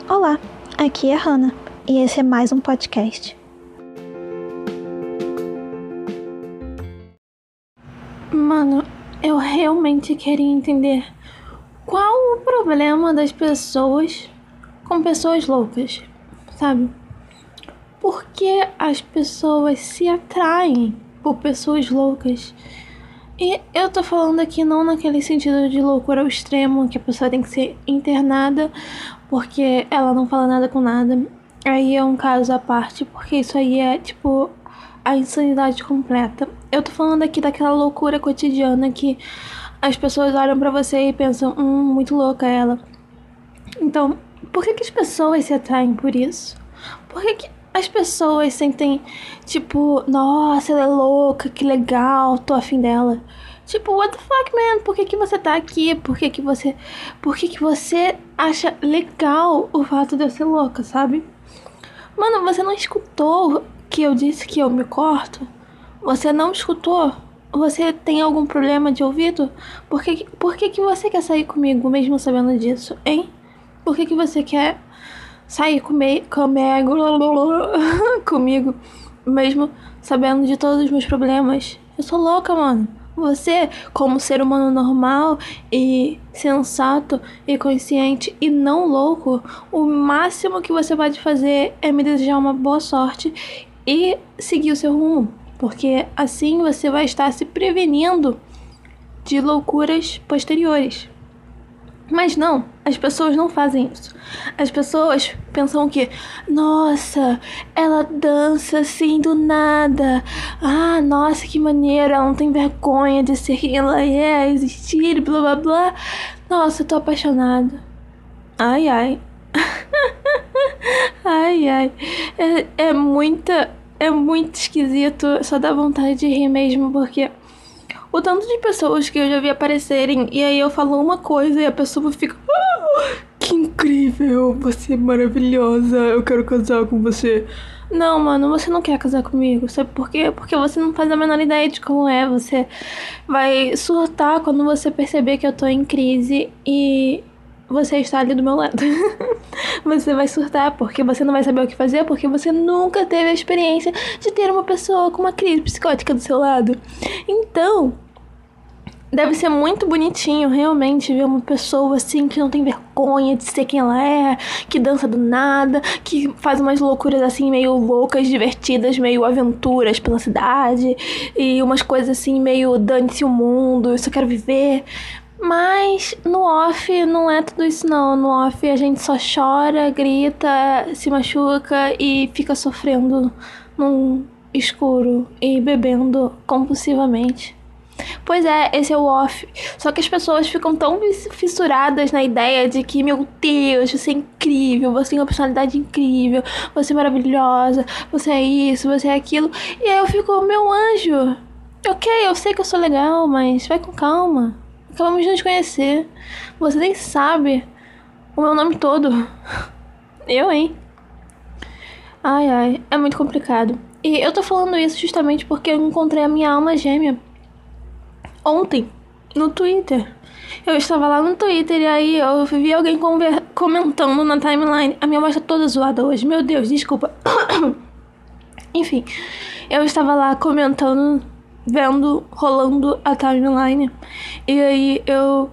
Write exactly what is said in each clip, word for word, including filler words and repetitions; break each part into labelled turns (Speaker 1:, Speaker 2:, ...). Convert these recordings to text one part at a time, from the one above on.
Speaker 1: Olá, aqui é a Hannah e esse é mais um podcast.
Speaker 2: Mano, eu realmente queria entender qual o problema das pessoas com pessoas loucas, sabe? Por que as pessoas se atraem por pessoas loucas? E eu tô falando aqui não naquele sentido de loucura ao extremo, que a pessoa tem que ser internada porque ela não fala nada com nada. Aí é um caso à parte, porque isso aí é, tipo, a insanidade completa. Eu tô falando aqui daquela loucura cotidiana que as pessoas olham pra você e pensam, hum, muito louca ela. Então, por que que as pessoas se atraem por isso? Por que que as pessoas sentem, tipo, nossa, ela é louca, que legal, tô afim dela. Tipo, what the fuck, man? Por que que você tá aqui? Por que que você... Por que que você acha legal o fato de eu ser louca, sabe? Mano, você não escutou que eu disse que eu me corto? Você não escutou? Você tem algum problema de ouvido? Por que, por que que você quer sair comigo mesmo sabendo disso, hein? Por que que você quer sair comigo, comigo, comigo mesmo sabendo de todos os meus problemas? Eu sou louca, mano. Você, como ser humano normal e sensato e consciente e não louco, o máximo que você pode fazer é me desejar uma boa sorte e seguir o seu rumo, porque assim você vai estar se prevenindo de loucuras posteriores. Mas não, as pessoas não fazem isso. As pessoas pensam que, nossa, ela dança assim do nada. Ah, nossa, que maneiro, ela não tem vergonha de ser quem ela é, existir, blá blá blá. Nossa, eu tô apaixonada. Ai, ai. Ai, ai. É, é muita, é muito esquisito, só dá vontade de rir mesmo, porque... o tanto de pessoas que eu já vi aparecerem e aí eu falo uma coisa e a pessoa fica, ah, que incrível, você é maravilhosa, eu quero casar com você. Não, mano, você não quer casar comigo, sabe por quê? Porque você não faz a menor ideia de como é. Você vai surtar quando você perceber que eu tô em crise e você está ali do meu lado. Você vai surtar porque você não vai saber o que fazer, porque você nunca teve a experiência de ter uma pessoa com uma crise psicótica do seu lado. Então, deve ser muito bonitinho, realmente, ver uma pessoa assim que não tem vergonha de ser quem ela é, que dança do nada, que faz umas loucuras assim meio loucas, divertidas, meio aventuras pela cidade, e umas coisas assim meio dane-se o mundo, eu só quero viver. Mas no off não é tudo isso não. No off a gente só chora, grita, se machuca e fica sofrendo num escuro e bebendo compulsivamente. Pois é, esse é o off. Só que as pessoas ficam tão fissuradas na ideia de que, meu Deus, você é incrível, você tem uma personalidade incrível, você é maravilhosa, você é isso, você é aquilo. E aí eu fico, meu anjo, ok, eu sei que eu sou legal, mas vai com calma. Acabamos de nos conhecer. Você nem sabe o meu nome todo. Eu, hein? Ai, ai. É muito complicado. E eu tô falando isso justamente porque eu encontrei a minha alma gêmea ontem, no Twitter. Eu estava lá no Twitter e aí eu vi alguém conver- comentando na timeline. A minha voz tá toda zoada hoje. Meu Deus, desculpa. Enfim, eu estava lá comentando... vendo, rolando a timeline. E aí eu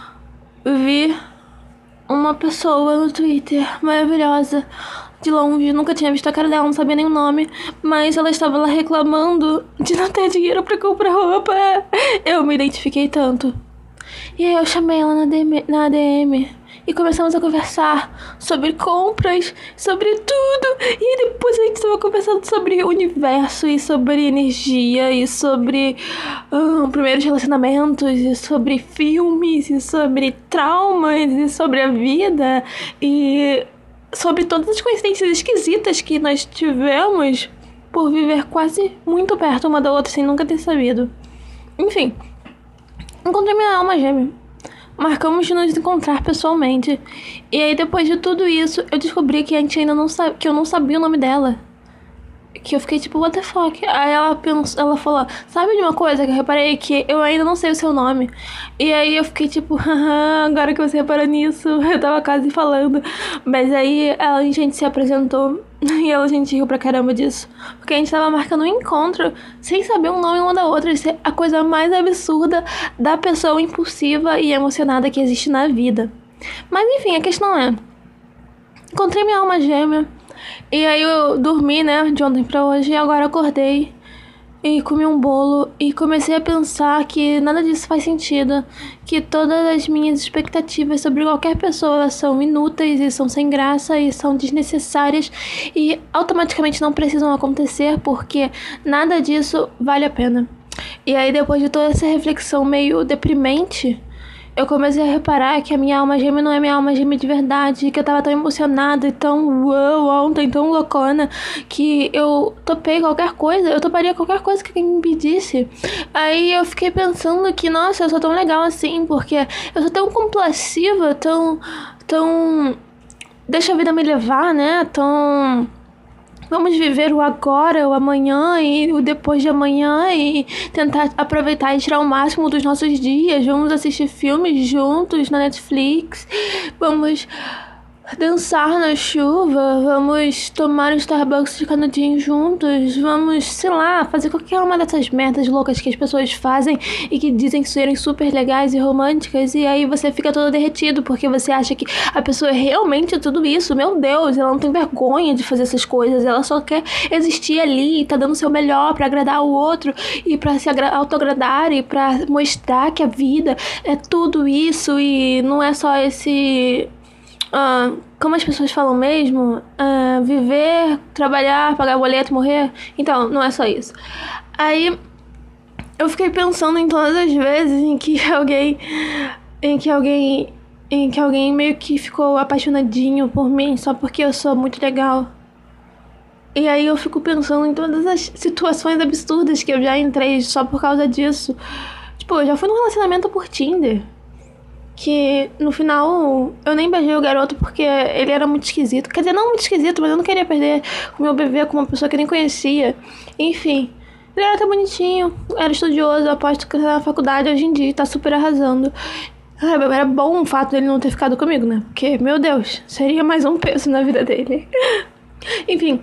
Speaker 2: vi uma pessoa no Twitter maravilhosa. De longe, nunca tinha visto a cara dela, não sabia nem o nome. Mas ela estava lá reclamando de não ter dinheiro pra comprar roupa. Eu me identifiquei tanto. E aí eu chamei ela na D M, na D M e começamos a conversar sobre compras, sobre tudo. E depois a gente estava conversando sobre o universo e sobre energia e sobre um, primeiros relacionamentos e sobre filmes e sobre traumas e sobre a vida e sobre todas as coincidências esquisitas que nós tivemos por viver quase muito perto uma da outra sem nunca ter sabido. Enfim, encontrei minha alma gêmea. Marcamos de nos encontrar pessoalmente. E aí, depois de tudo isso, eu descobri que a gente ainda não sabe, que eu não sabia o nome dela. que eu fiquei tipo, what the fuck? Aí ela pensou, ela falou, sabe de uma coisa que eu reparei que eu ainda não sei o seu nome? E aí eu fiquei tipo, haha, agora que você reparou nisso, eu tava quase falando. Mas aí a gente se apresentou e ela, a gente riu pra caramba disso. Porque a gente tava marcando um encontro sem saber o nome uma da outra. Isso é a coisa mais absurda da pessoa impulsiva e emocionada que existe na vida. Mas enfim, a questão é, encontrei minha alma gêmea. E aí eu dormi, né, de ontem pra hoje, e agora acordei e comi um bolo e comecei a pensar que nada disso faz sentido, que todas as minhas expectativas sobre qualquer pessoa são inúteis e são sem graça e são desnecessárias e automaticamente não precisam acontecer porque nada disso vale a pena. E aí depois de toda essa reflexão meio deprimente, eu comecei a reparar que a minha alma gêmea não é minha alma gêmea de verdade, que eu tava tão emocionada e tão uau ontem, tão loucona, que eu topei qualquer coisa, eu toparia qualquer coisa que alguém me pedisse. Aí eu fiquei pensando que, nossa, eu sou tão legal assim, porque eu sou tão complaciva, tão, tão, deixa a vida me levar, né, tão... Vamos viver o agora, o amanhã e o depois de amanhã e tentar aproveitar e tirar o máximo dos nossos dias. Vamos assistir filmes juntos na Netflix. Vamos dançar na chuva. Vamos tomar um Starbucks de canudinho juntos. Vamos, sei lá, fazer qualquer uma dessas merdas loucas que as pessoas fazem e que dizem serem super legais e românticas. E aí você fica todo derretido porque você acha que a pessoa é realmente tudo isso. Meu Deus, ela não tem vergonha de fazer essas coisas. Ela só quer existir ali e tá dando o seu melhor pra agradar o outro e pra se autoagradar e pra mostrar que a vida é tudo isso e não é só esse... Uh, como as pessoas falam mesmo, uh, viver, trabalhar, pagar boleto, morrer. Então, não é só isso. Aí eu fiquei pensando em todas as vezes em que alguém em que alguém em que alguém meio que ficou apaixonadinho por mim só porque eu sou muito legal. E aí eu fico pensando em todas as situações absurdas que eu já entrei só por causa disso. Tipo, eu já fui num relacionamento por Tinder, que no final eu nem beijei o garoto porque ele era muito esquisito. Quer dizer, não muito esquisito, mas eu não queria perder o meu bebê com uma pessoa que eu nem conhecia. Enfim, ele era tão bonitinho, era estudioso, aposto que na faculdade hoje em dia tá super arrasando. Era bom o fato dele não ter ficado comigo, né? Porque, meu Deus, seria mais um peso na vida dele. Enfim,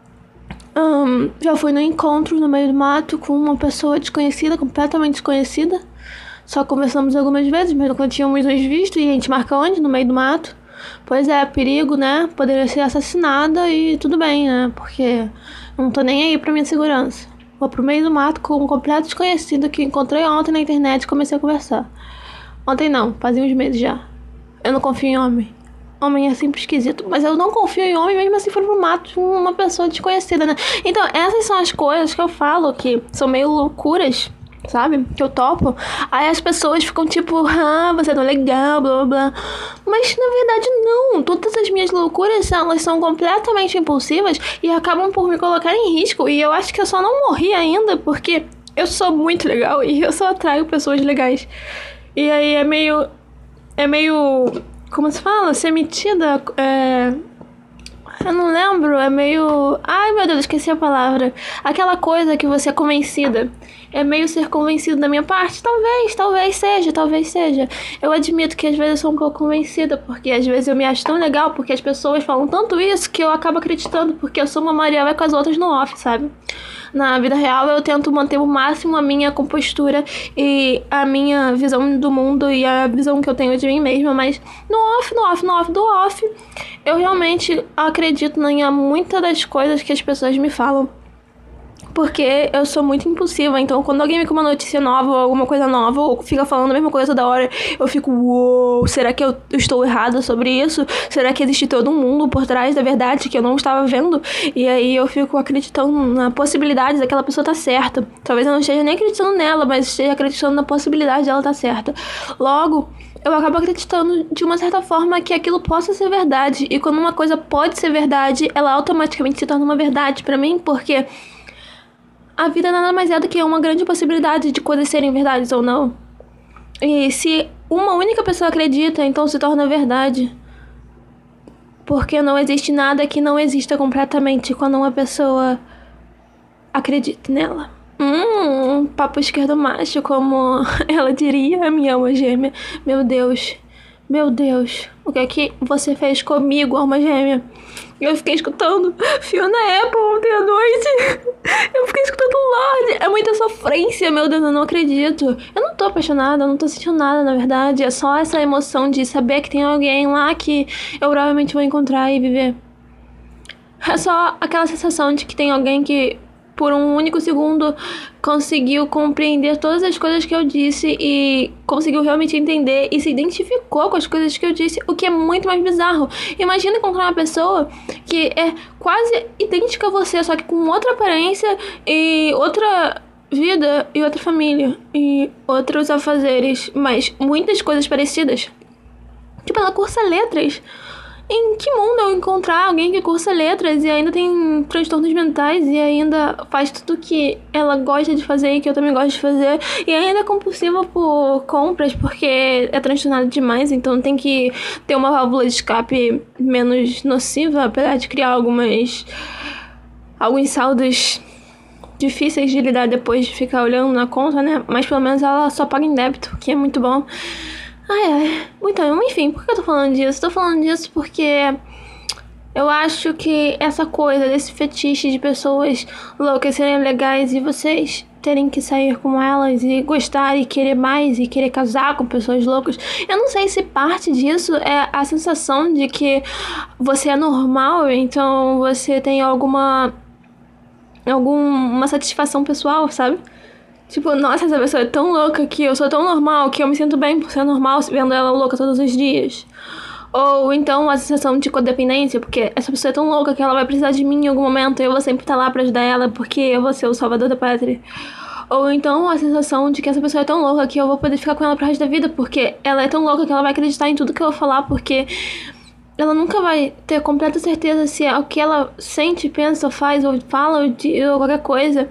Speaker 2: um, já fui no encontro no meio do mato com uma pessoa desconhecida, completamente desconhecida. Só conversamos algumas vezes, mas nunca tínhamos nos visto. E a gente marca onde? No meio do mato. Pois é, perigo, né? Poderia ser assassinada e tudo bem, né? Porque não tô nem aí pra minha segurança. Vou pro meio do mato com um completo desconhecido que encontrei ontem na internet e comecei a conversar. Ontem não, fazia uns meses já. Eu não confio em homem. Homem é sempre esquisito. Mas eu não confio em homem mesmo assim for pro mato com uma pessoa desconhecida, né? Então, essas são as coisas que eu falo que são meio loucuras, sabe? Que eu topo. Aí as pessoas ficam tipo, ah, você não é legal, blá blá blá. Mas na verdade não. Todas as minhas loucuras, elas são completamente impulsivas e acabam por me colocar em risco. E eu acho que eu só não morri ainda porque eu sou muito legal e eu só atraio pessoas legais. E aí é meio... É meio... Como se fala? Ser metida... É... Eu não lembro, é meio... Ai, meu Deus, esqueci a palavra. Aquela coisa que você é convencida. É meio ser convencido da minha parte? Talvez, talvez seja, talvez seja. Eu admito que às vezes eu sou um pouco convencida, porque às vezes eu me acho tão legal, porque as pessoas falam tanto isso que eu acabo acreditando, porque eu sou uma Maria vai com as outras no off, sabe? Na vida real eu tento manter o máximo a minha compostura e a minha visão do mundo e a visão que eu tenho de mim mesma, mas no off, no off, no off, do off, eu realmente acredito em muitas das coisas que as pessoas me falam. Porque eu sou muito impulsiva, então quando alguém me com uma notícia nova ou alguma coisa nova ou fica falando a mesma coisa toda hora, eu fico, uou, será que eu estou errada sobre isso? Será que existe todo um mundo por trás da verdade que eu não estava vendo? E aí eu fico acreditando na possibilidade daquela pessoa estar certa. Talvez eu não esteja nem acreditando nela, mas esteja acreditando na possibilidade dela estar certa. Logo, eu acabo acreditando de uma certa forma que aquilo possa ser verdade. E quando uma coisa pode ser verdade, ela automaticamente se torna uma verdade pra mim, porque a vida nada mais é do que uma grande possibilidade de coisas serem verdades ou não. E se uma única pessoa acredita, então se torna verdade. Porque não existe nada que não exista completamente quando uma pessoa acredite nela. Hum, papo esquerdo macho, como ela diria, a minha alma gêmea. Meu Deus, meu Deus, o que é que você fez comigo, alma gêmea? Eu fiquei escutando Fiona Apple ontem à noite. Eu fiquei escutando Lorde. É muita sofrência, meu Deus, eu não acredito. Eu não tô apaixonada, eu não tô sentindo nada, na verdade. É só essa emoção de saber que tem alguém lá que eu provavelmente vou encontrar e viver. É só aquela sensação de que tem alguém que, por um único segundo, conseguiu compreender todas as coisas que eu disse e conseguiu realmente entender e se identificou com as coisas que eu disse, o que é muito mais bizarro. Imagina encontrar uma pessoa que é quase idêntica a você, só que com outra aparência e outra vida e outra família e outros afazeres, mas muitas coisas parecidas. Tipo, ela cursa letras. Em que mundo eu encontrar alguém que cursa letras e ainda tem transtornos mentais e ainda faz tudo que ela gosta de fazer e que eu também gosto de fazer e ainda é compulsiva por compras porque é transtornada demais, então tem que ter uma válvula de escape menos nociva, apesar de criar algumas alguns saldos difíceis de lidar depois de ficar olhando na conta, né? Mas pelo menos ela só paga em débito, que é muito bom. Ai, ai. Então, enfim, por que eu tô falando disso? Tô falando disso porque eu acho que essa coisa desse fetiche de pessoas loucas serem legais e vocês terem que sair com elas e gostar e querer mais e querer casar com pessoas loucas. Eu não sei se parte disso é a sensação de que você é normal, então você tem alguma alguma satisfação pessoal, sabe? Tipo, nossa, essa pessoa é tão louca que eu sou tão normal que eu me sinto bem por ser normal vendo ela louca todos os dias. Ou então a sensação de codependência, porque essa pessoa é tão louca que ela vai precisar de mim em algum momento e eu vou sempre estar lá pra ajudar ela porque eu vou ser o salvador da pátria. Ou então a sensação de que essa pessoa é tão louca que eu vou poder ficar com ela pro resto da vida porque ela é tão louca que ela vai acreditar em tudo que eu vou falar porque ela nunca vai ter completa certeza se é o que ela sente, pensa, faz, ou fala, ou, diz, ou qualquer coisa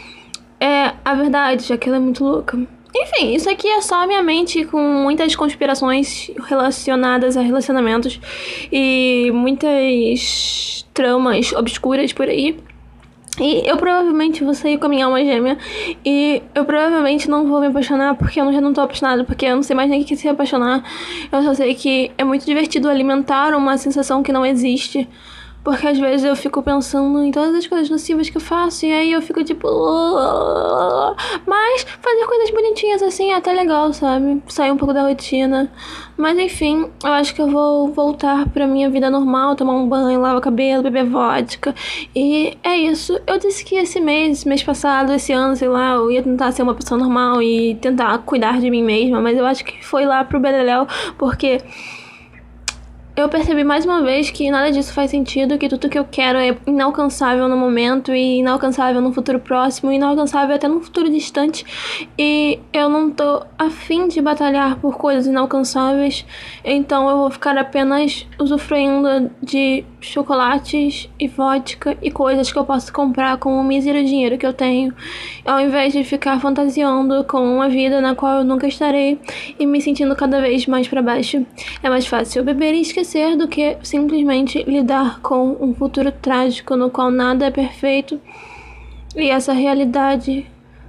Speaker 2: é a verdade, já que ela é muito louca. Enfim, isso aqui é só a minha mente com muitas conspirações relacionadas a relacionamentos e muitas tramas obscuras por aí. E eu provavelmente vou sair com a minha alma gêmea e eu provavelmente não vou me apaixonar porque eu já não tô apaixonada, porque eu não sei mais nem o que se apaixonar. Eu só sei que é muito divertido alimentar uma sensação que não existe. Porque às vezes eu fico pensando em todas as coisas nocivas que eu faço e aí eu fico tipo... Mas fazer coisas bonitinhas assim é até legal, sabe? Sair um pouco da rotina. Mas enfim, eu acho que eu vou voltar pra minha vida normal, tomar um banho, lavar cabelo, beber vodka. E é isso. Eu disse que esse mês, mês passado, esse ano, sei lá, eu ia tentar ser uma pessoa normal e tentar cuidar de mim mesma. Mas eu acho que foi lá pro beleléu, porque... eu percebi mais uma vez que nada disso faz sentido, que tudo que eu quero é inalcançável no momento e inalcançável no futuro próximo, inalcançável até no futuro distante, e eu não tô afim de batalhar por coisas inalcançáveis, então eu vou ficar apenas usufruindo de chocolates e vodka e coisas que eu posso comprar com o mísero dinheiro que eu tenho, ao invés de ficar fantasiando com uma vida na qual eu nunca estarei e me sentindo cada vez mais pra baixo. É mais fácil beber e esquecer do que simplesmente lidar com um futuro trágico no qual nada é perfeito e essa realidade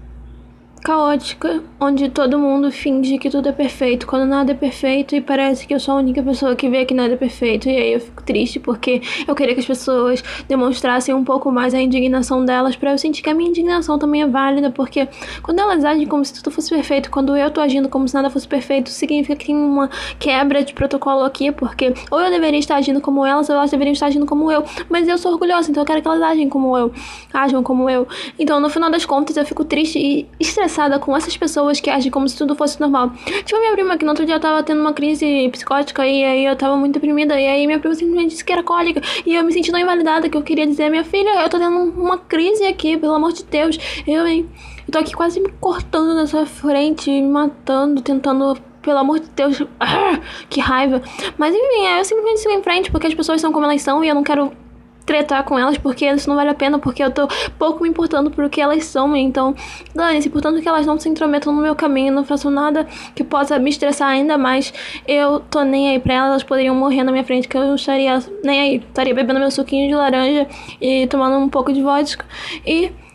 Speaker 2: caótica, onde todo mundo finge que tudo é perfeito quando nada é perfeito e parece que eu sou a única pessoa que vê que nada é perfeito. E aí eu fico triste porque eu queria que as pessoas demonstrassem um pouco mais a indignação delas pra eu sentir que a minha indignação também é válida, porque quando elas agem como se tudo fosse perfeito, quando eu tô agindo como se nada fosse perfeito, significa que tem uma quebra de protocolo aqui, porque ou eu deveria estar agindo como elas ou elas deveriam estar agindo como eu, mas eu sou orgulhosa, então eu quero que elas agem como eu, ajam como eu. Então no final das contas eu fico triste e estressada com essas pessoas que agem como se tudo fosse normal. Tipo a minha prima, que no outro dia eu tava tendo uma crise psicótica e aí eu tava muito deprimida e aí minha prima simplesmente disse que era cólica e eu me sentindo invalidada, que eu queria dizer, minha filha, eu tô tendo uma crise aqui, pelo amor de Deus. Eu, hein, eu tô aqui quase me cortando na sua frente, me matando, tentando... Pelo amor de Deus, ah, que raiva. Mas enfim, eu simplesmente sigo em frente porque as pessoas são como elas são e eu não quero tretar com elas porque isso não vale a pena, porque eu tô pouco me importando por o que elas são. Então, dane-se, portanto que elas não se intrometam no meu caminho, não façam nada que possa me estressar ainda mais. Eu tô nem aí pra elas, elas poderiam morrer na minha frente, que eu não estaria nem aí, estaria bebendo meu suquinho de laranja e tomando um pouco de vodka e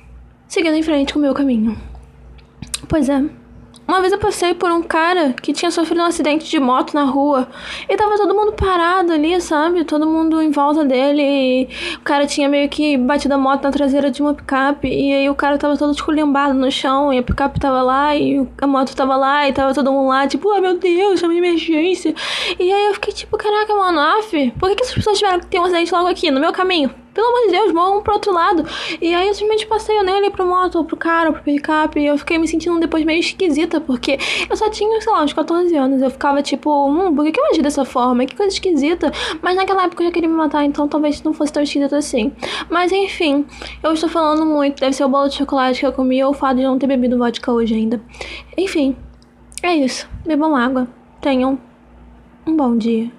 Speaker 2: seguindo em frente com o meu caminho. Pois é. Uma vez eu passei por um cara que tinha sofrido um acidente de moto na rua e tava todo mundo parado ali, sabe? Todo mundo em volta dele e o cara tinha meio que batido a moto na traseira de uma picape e aí o cara tava todo esculhambado no chão e a picape tava lá e a moto tava lá e tava todo mundo lá, tipo, ah, meu Deus, chama de emergência. E aí eu fiquei tipo, caraca, mano, af, por que que essas pessoas tiveram que ter um acidente logo aqui, no meu caminho? Pelo amor de Deus, vão pro outro lado. E aí eu simplesmente passei, eu nem olhei pro moto, pro cara, pro picape. E eu fiquei me sentindo depois meio esquisita, porque eu só tinha, sei lá, uns quatorze anos. Eu ficava tipo, hum, por que, que eu agi dessa forma? Que coisa esquisita. Mas naquela época eu já queria me matar, então talvez não fosse tão esquisita assim. Mas enfim, eu estou falando muito. Deve ser o bolo de chocolate que eu comi ou o fato de não ter bebido vodka hoje ainda. Enfim, é isso. Bebam água. Tenham um bom dia.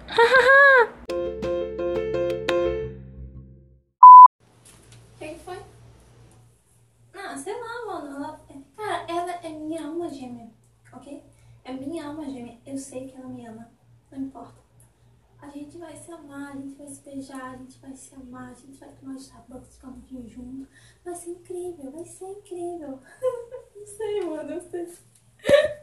Speaker 2: Sei lá, mano, ela... Cara, ela é minha alma gêmea, ok? É minha alma gêmea, eu sei que ela me ama, não importa. A gente vai se amar, a gente vai se beijar, a gente vai se amar, a gente vai tomar Starbucks, ficar um dia junto. Vai ser incrível, vai ser incrível. Não sei, mano, eu sei.